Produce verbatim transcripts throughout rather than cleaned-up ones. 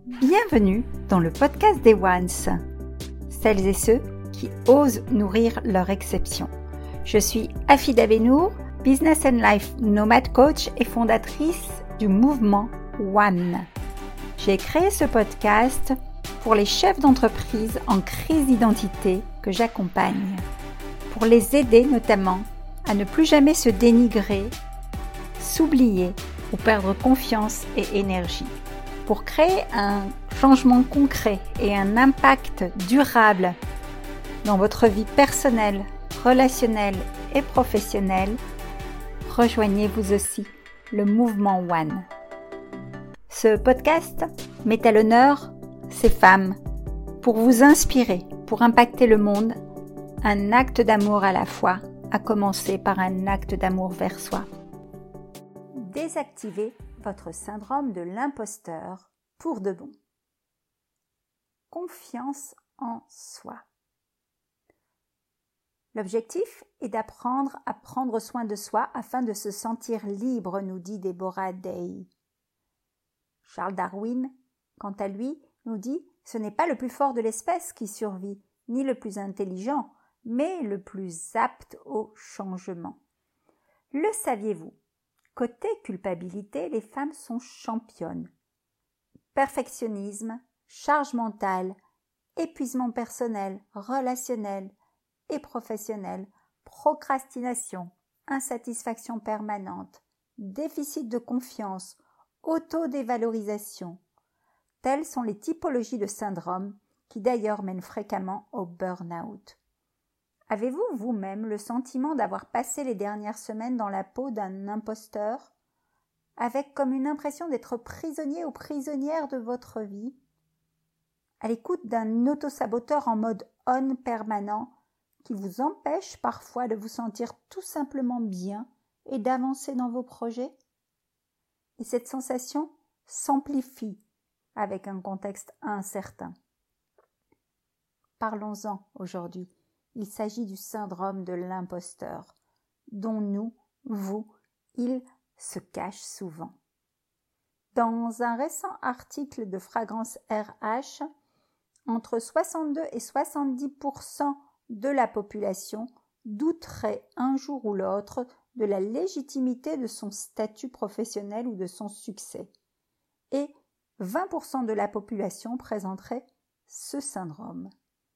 Bienvenue dans le podcast des Ones, celles et ceux qui osent nourrir leur exception. Je suis Afida Benour, Business and Life Nomad Coach et fondatrice du mouvement One. J'ai créé ce podcast pour les chefs d'entreprise en crise d'identité que j'accompagne, pour les aider notamment à ne plus jamais se dénigrer, s'oublier ou perdre confiance et énergie, pour créer un changement concret et un impact durable dans votre vie personnelle, relationnelle et professionnelle. Rejoignez vous aussi le mouvement One. Ce podcast met à l'honneur ces femmes pour vous inspirer, pour impacter le monde, un acte d'amour à la fois, à commencer par un acte d'amour vers soi. Désactivez votre syndrome de l'imposteur pour de bon. Confiance en soi. L'objectif est d'apprendre à prendre soin de soi afin de se sentir libre, nous dit Deborah Day. Charles Darwin, quant à lui, nous dit « Ce n'est pas le plus fort de l'espèce qui survit, ni le plus intelligent, mais le plus apte au changement. » Le saviez-vous? Côté culpabilité, les femmes sont championnes. Perfectionnisme, charge mentale, épuisement personnel, relationnel et professionnel, procrastination, insatisfaction permanente, déficit de confiance, autodévalorisation. Telles sont les typologies de syndromes qui d'ailleurs mènent fréquemment au burn-out. Avez-vous vous-même le sentiment d'avoir passé les dernières semaines dans la peau d'un imposteur, avec comme une impression d'être prisonnier ou prisonnière de votre vie, à l'écoute d'un autosaboteur en mode on permanent qui vous empêche parfois de vous sentir tout simplement bien et d'avancer dans vos projets? Et cette sensation s'amplifie avec un contexte incertain. Parlons-en aujourd'hui. Il s'agit du syndrome de l'imposteur, dont nous, vous, il se cache souvent. Dans un récent article de Fragrance R H, entre soixante-deux et soixante-dix pour cent de la population douterait un jour ou l'autre de la légitimité de son statut professionnel ou de son succès. Et vingt pour cent de la population présenterait ce syndrome.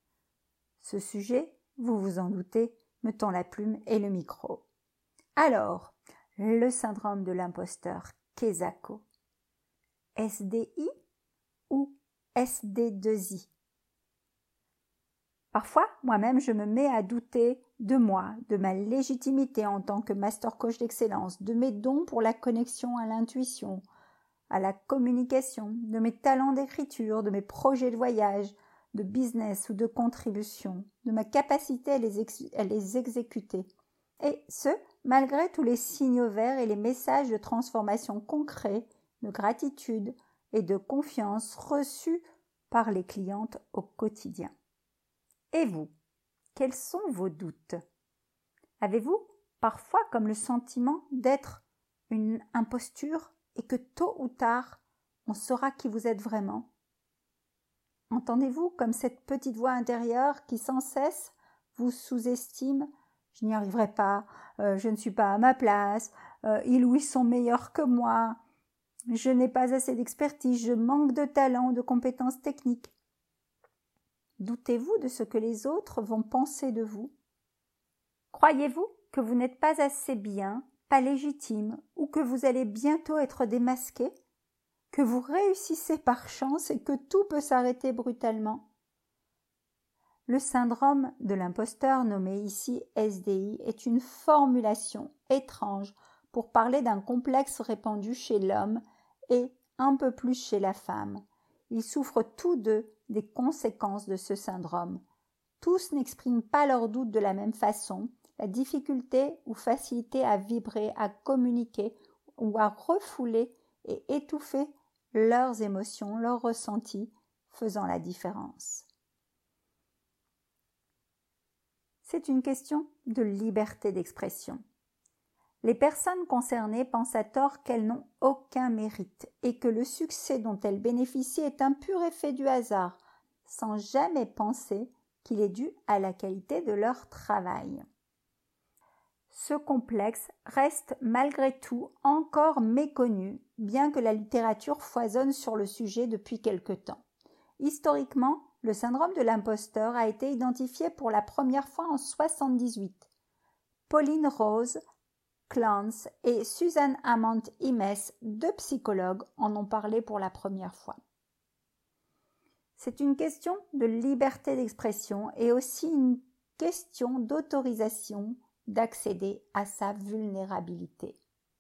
Ce sujet, vous vous en doutez, me tend la plume et le micro. Alors, le syndrome de l'imposteur, qu'est-ce que c'est? S D I ou S D deux I? Parfois, moi-même, je me mets à douter de moi, de ma légitimité en tant que master coach d'excellence, de mes dons pour la connexion à l'intuition, à la communication, de mes talents d'écriture, de mes projets de voyage, de business ou de contribution, de ma capacité à les, ex- à les exécuter. Et ce, malgré tous les signaux verts et les messages de transformation concrets, de gratitude et de confiance reçus par les clientes au quotidien. Et vous, quels sont vos doutes? Avez-vous parfois comme le sentiment d'être une imposture et que tôt ou tard, on saura qui vous êtes vraiment? Entendez-vous comme cette petite voix intérieure qui sans cesse vous sous-estime? Je n'y arriverai pas, euh, je ne suis pas à ma place, euh, ils ou ils sont meilleurs que moi, je n'ai pas assez d'expertise, je manque de talent, de compétences techniques. Doutez-vous de ce que les autres vont penser de vous? Croyez-vous que vous n'êtes pas assez bien, pas légitime, ou que vous allez bientôt être démasqué? Que vous réussissez par chance et que tout peut s'arrêter brutalement? Le syndrome de l'imposteur, nommé ici S D I, est une formulation étrange pour parler d'un complexe répandu chez l'homme et un peu plus chez la femme. Ils souffrent tous deux des conséquences de ce syndrome. Tous n'expriment pas leurs doutes de la même façon, la difficulté ou facilité à vibrer, à communiquer ou à refouler et étouffer leurs émotions, leurs ressentis, faisant la différence. C'est une question de liberté d'expression. Les personnes concernées pensent à tort qu'elles n'ont aucun mérite et que le succès dont elles bénéficient est un pur effet du hasard, sans jamais penser qu'il est dû à la qualité de leur travail. Ce complexe reste malgré tout encore méconnu, bien que la littérature foisonne sur le sujet depuis quelque temps. Historiquement, le syndrome de l'imposteur a été identifié pour la première fois en soixante-dix-huit. Pauline Rose Clance et Suzanne Amand Imes, deux psychologues, en ont parlé pour la première fois. C'est une question de liberté d'expression et aussi une question d'autorisation d'accéder à sa vulnérabilité.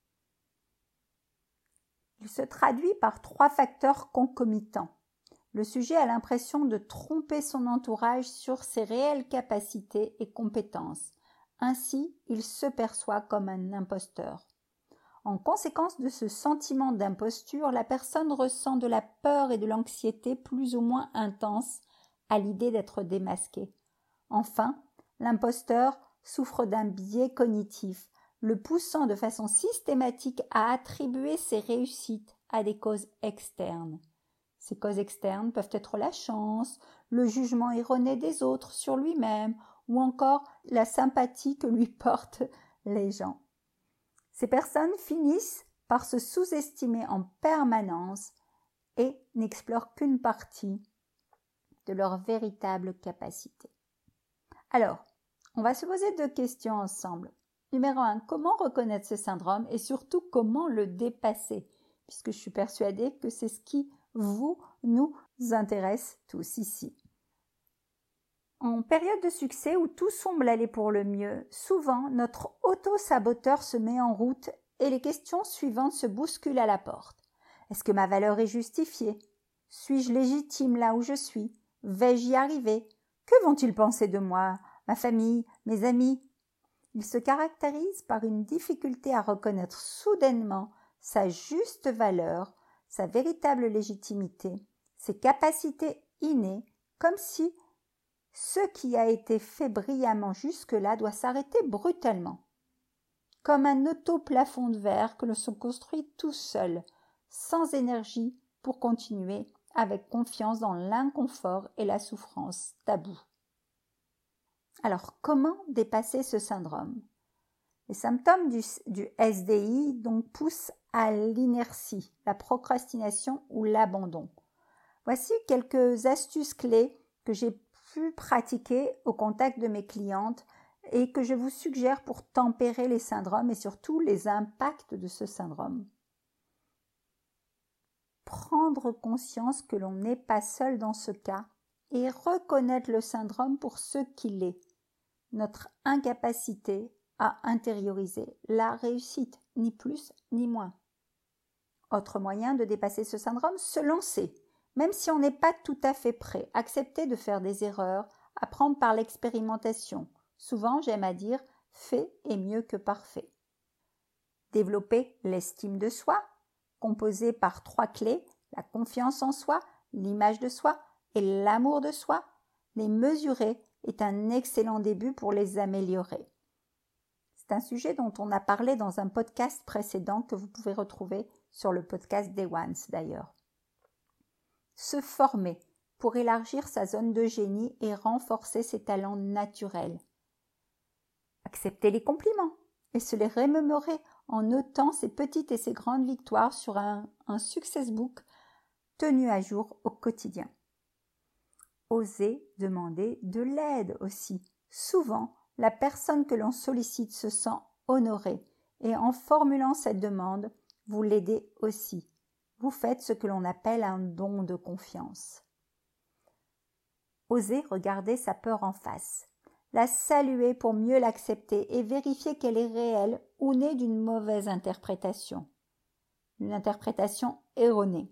Il se traduit par trois facteurs concomitants. Le sujet a l'impression de tromper son entourage sur ses réelles capacités et compétences. Ainsi, il se perçoit comme un imposteur. En conséquence de ce sentiment d'imposture, la personne ressent de la peur et de l'anxiété plus ou moins intenses à l'idée d'être démasqué. Enfin, l'imposteur souffre d'un biais cognitif, le poussant de façon systématique à attribuer ses réussites à des causes externes. Ces causes externes peuvent être la chance, le jugement erroné des autres sur lui-même, ou encore la sympathie que lui portent les gens. Ces personnes finissent par se sous-estimer en permanence et n'explorent qu'une partie de leur véritable capacité. Alors, on va se poser deux questions ensemble. Numéro un, comment reconnaître ce syndrome et surtout comment le dépasser, puisque je suis persuadée que c'est ce qui vous, nous intéresse tous ici. En période de succès où tout semble aller pour le mieux, souvent notre auto-saboteur se met en route et les questions suivantes se bousculent à la porte. Est-ce que ma valeur est justifiée? Suis-je légitime là où je suis? Vais-je y arriver? Que vont-ils penser de moi? Ma famille? Mes amis? Il se caractérise par une difficulté à reconnaître soudainement sa juste valeur, sa véritable légitimité, ses capacités innées, comme si ce qui a été fait brillamment jusque-là doit s'arrêter brutalement. Comme un auto-plafond de verre que l'on se construit tout seul, sans énergie pour continuer, avec confiance dans l'inconfort et la souffrance tabou. Alors, comment dépasser ce syndrome? Les symptômes du, du S D I donc poussent à l'inertie, la procrastination ou l'abandon. Voici quelques astuces clés que j'ai pu pratiquer au contact de mes clientes et que je vous suggère pour tempérer les syndromes et surtout les impacts de ce syndrome. Prendre conscience que l'on n'est pas seul dans ce cas et reconnaître le syndrome pour ce qu'il est, notre incapacité à intérioriser la réussite, ni plus ni moins. Autre moyen de dépasser ce syndrome, se lancer. Même si on n'est pas tout à fait prêt, accepter de faire des erreurs, apprendre par l'expérimentation. Souvent, j'aime à dire « fait est mieux que parfait ». Développer l'estime de soi, composée par trois clés, la confiance en soi, l'image de soi et l'amour de soi. Les mesurer est un excellent début pour les améliorer. C'est un sujet dont on a parlé dans un podcast précédent que vous pouvez retrouver sur le podcast Day Ones d'ailleurs. Se former pour élargir sa zone de génie et renforcer ses talents naturels. Accepter les compliments et se les remémorer en notant ses petites et ses grandes victoires sur un, un success book tenu à jour au quotidien. Oser demander de l'aide aussi. Souvent, la personne que l'on sollicite se sent honorée et en formulant cette demande, vous l'aidez aussi. Vous faites ce que l'on appelle un don de confiance. Osez regarder sa peur en face, la saluer pour mieux l'accepter et vérifier qu'elle est réelle ou née d'une mauvaise interprétation, une interprétation erronée.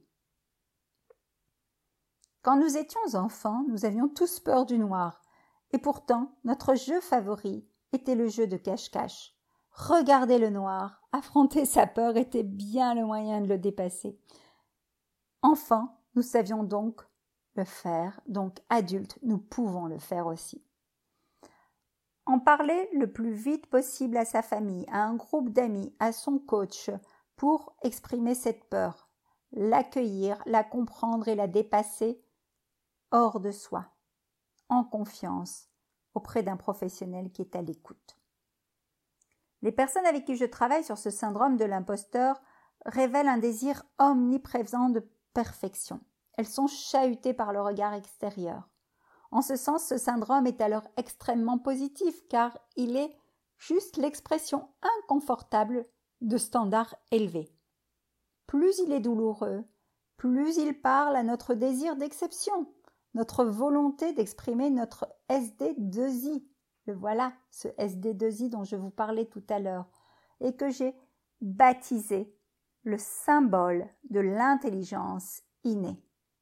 Quand nous étions enfants, nous avions tous peur du noir, et pourtant notre jeu favori était le jeu de cache-cache. Regarder le noir, affronter sa peur était bien le moyen de le dépasser. Enfant, nous savions donc le faire, donc adultes, nous pouvons le faire aussi. En parler le plus vite possible à sa famille, à un groupe d'amis, à son coach, pour exprimer cette peur, l'accueillir, la comprendre et la dépasser hors de soi, en confiance, auprès d'un professionnel qui est à l'écoute. Les personnes avec qui je travaille sur ce syndrome de l'imposteur révèlent un désir omniprésent de perfection. Elles sont chahutées par le regard extérieur. En ce sens, ce syndrome est alors extrêmement positif car il est juste l'expression inconfortable de standards élevés. Plus il est douloureux, plus il parle à notre désir d'exception, notre volonté d'exprimer notre S D deux I. Le voilà, ce S D deux I dont je vous parlais tout à l'heure et que j'ai baptisé le symbole de l'intelligence innée.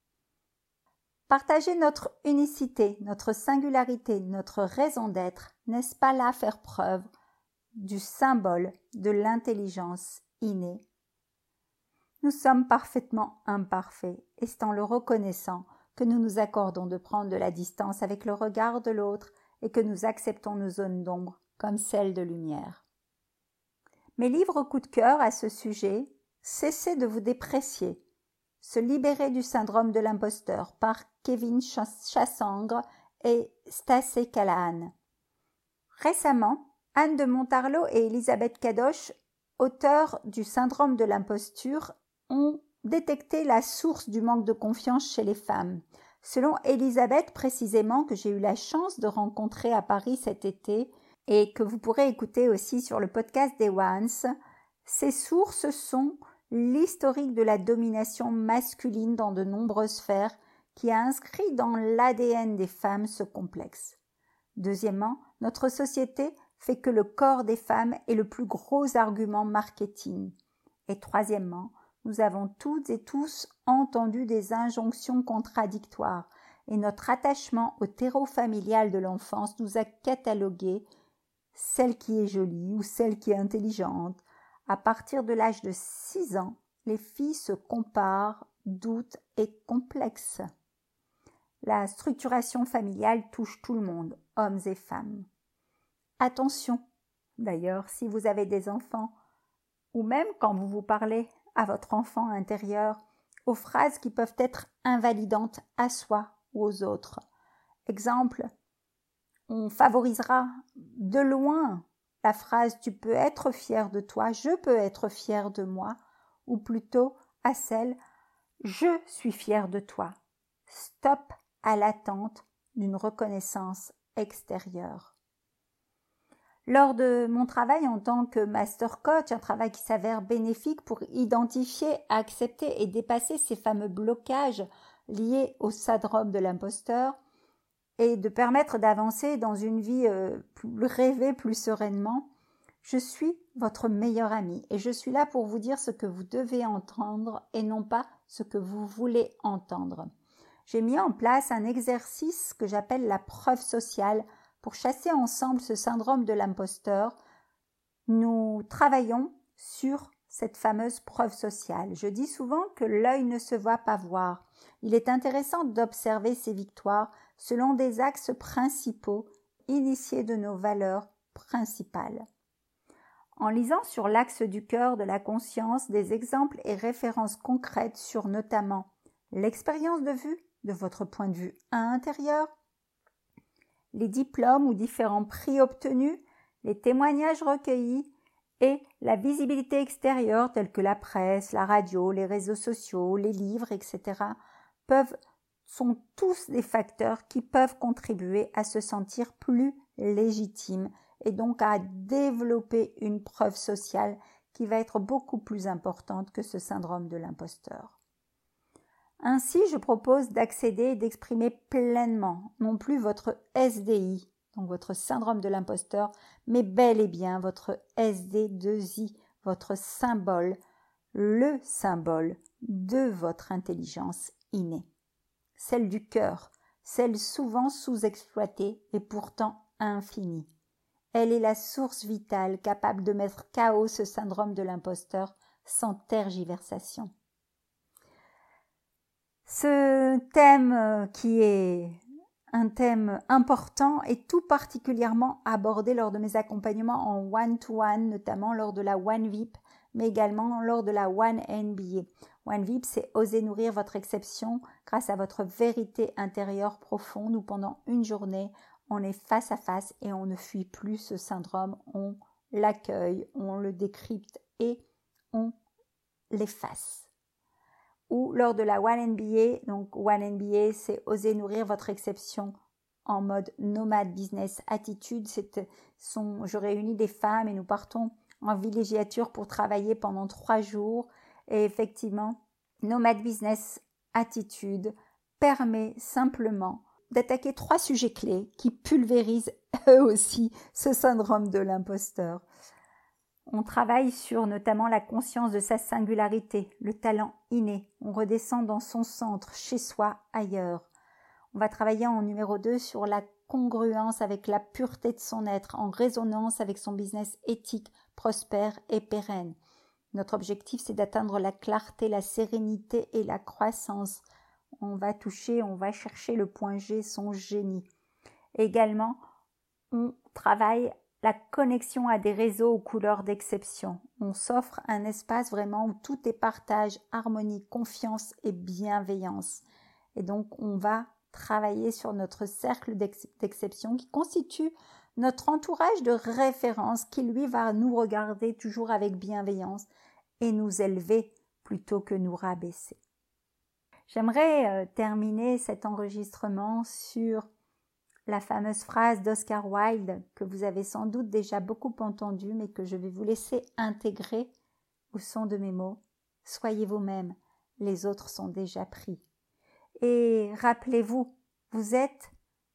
Partager notre unicité, notre singularité, notre raison d'être, n'est-ce pas là faire preuve du symbole de l'intelligence innée? Nous sommes parfaitement imparfaits et c'est en le reconnaissant que nous nous accordons de prendre de la distance avec le regard de l'autre et que nous acceptons nos zones d'ombre comme celles de lumière. Mes livres coup de cœur à ce sujet, Cessez de vous déprécier, Se libérer du syndrome de l'imposteur par Kevin Chassangre et Stacey Callahan. Récemment, Anne de Montarlot et Elisabeth Kadosh, auteurs du syndrome de l'imposture, ont détecté la source du manque de confiance chez les femmes. Selon Elisabeth précisément, que j'ai eu la chance de rencontrer à Paris cet été et que vous pourrez écouter aussi sur le podcast des Ones, ces sources sont l'historique de la domination masculine dans de nombreuses sphères qui a inscrit dans l'A D N des femmes ce complexe. Deuxièmement, notre société fait que le corps des femmes est le plus gros argument marketing. Et troisièmement, nous avons toutes et tous entendu des injonctions contradictoires et notre attachement au terreau familial de l'enfance nous a catalogué celle qui est jolie ou celle qui est intelligente. À partir de l'âge de six ans, les filles se comparent, doutent et complexent. La structuration familiale touche tout le monde, hommes et femmes. Attention, d'ailleurs, si vous avez des enfants, ou même quand vous vous parlez à votre enfant intérieur, aux phrases qui peuvent être invalidantes à soi ou aux autres. Exemple, on favorisera de loin la phrase « tu peux être fier de toi, je peux être fier de moi » ou plutôt à celle « je suis fier de toi ». Stop à l'attente d'une reconnaissance extérieure. Lors de mon travail en tant que master coach, un travail qui s'avère bénéfique pour identifier, accepter et dépasser ces fameux blocages liés au syndrome de l'imposteur et de permettre d'avancer dans une vie euh, plus rêvée, plus sereinement, je suis votre meilleure amie et je suis là pour vous dire ce que vous devez entendre et non pas ce que vous voulez entendre. J'ai mis en place un exercice que j'appelle la preuve sociale pour chasser ensemble ce syndrome de l'imposteur. Nous travaillons sur cette fameuse preuve sociale. Je dis souvent que l'œil ne se voit pas voir. Il est intéressant d'observer ces victoires selon des axes principaux initiés de nos valeurs principales. En lisant sur l'axe du cœur de la conscience des exemples et références concrètes sur notamment l'expérience de vue de votre point de vue intérieur, les diplômes ou différents prix obtenus, les témoignages recueillis et la visibilité extérieure telle que la presse, la radio, les réseaux sociaux, les livres, et cetera peuvent, sont tous des facteurs qui peuvent contribuer à se sentir plus légitime et donc à développer une preuve sociale qui va être beaucoup plus importante que ce syndrome de l'imposteur. Ainsi, je propose d'accéder et d'exprimer pleinement, non plus votre S D I, donc votre syndrome de l'imposteur, mais bel et bien votre S D deux I, votre symbole, le symbole de votre intelligence innée. Celle du cœur, celle souvent sous-exploitée et pourtant infinie. Elle est la source vitale capable de mettre K O ce syndrome de l'imposteur sans tergiversation. Ce thème qui est un thème important et tout particulièrement abordé lors de mes accompagnements en one-to-one, notamment lors de la One V I P, mais également lors de la One N B A. One V I P, c'est oser nourrir votre exception grâce à votre vérité intérieure profonde où pendant une journée, on est face à face et on ne fuit plus ce syndrome, on l'accueille, on le décrypte et on l'efface. Ou lors de la One N B A, donc One N B A, c'est oser nourrir votre exception en mode nomade business attitude. C'est son, je réunis des femmes et nous partons en villégiature pour travailler pendant trois jours. Et effectivement, nomade business attitude permet simplement d'attaquer trois sujets clés qui pulvérisent eux aussi ce syndrome de l'imposteur. On travaille sur notamment la conscience de sa singularité, le talent inné. On redescend dans son centre, chez soi, ailleurs. On va travailler en numéro deux sur la congruence avec la pureté de son être, en résonance avec son business éthique, prospère et pérenne. Notre objectif, c'est d'atteindre la clarté, la sérénité et la croissance. On va toucher, on va chercher le point G, son génie. Également, on travaille la connexion à des réseaux aux couleurs d'exception. On s'offre un espace vraiment où tout est partage, harmonie, confiance et bienveillance. Et donc, on va travailler sur notre cercle d'ex- d'exception qui constitue notre entourage de référence qui, lui, va nous regarder toujours avec bienveillance et nous élever plutôt que nous rabaisser. J'aimerais euh, terminer cet enregistrement sur la fameuse phrase d'Oscar Wilde que vous avez sans doute déjà beaucoup entendue mais que je vais vous laisser intégrer au son de mes mots. Soyez vous-même, les autres sont déjà pris. Et rappelez-vous, vous êtes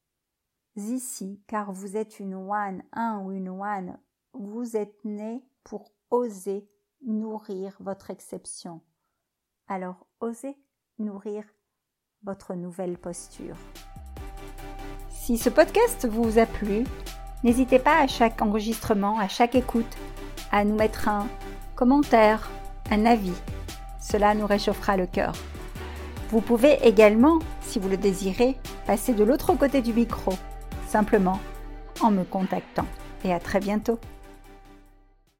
ici car vous êtes une one, un ou une one. Vous êtes né pour oser nourrir votre exception. Alors osez nourrir votre nouvelle posture. Si ce podcast vous a plu, n'hésitez pas à chaque enregistrement, à chaque écoute, à nous mettre un commentaire, un avis. Cela nous réchauffera le cœur. Vous pouvez également, si vous le désirez, passer de l'autre côté du micro, simplement en me contactant. Et à très bientôt.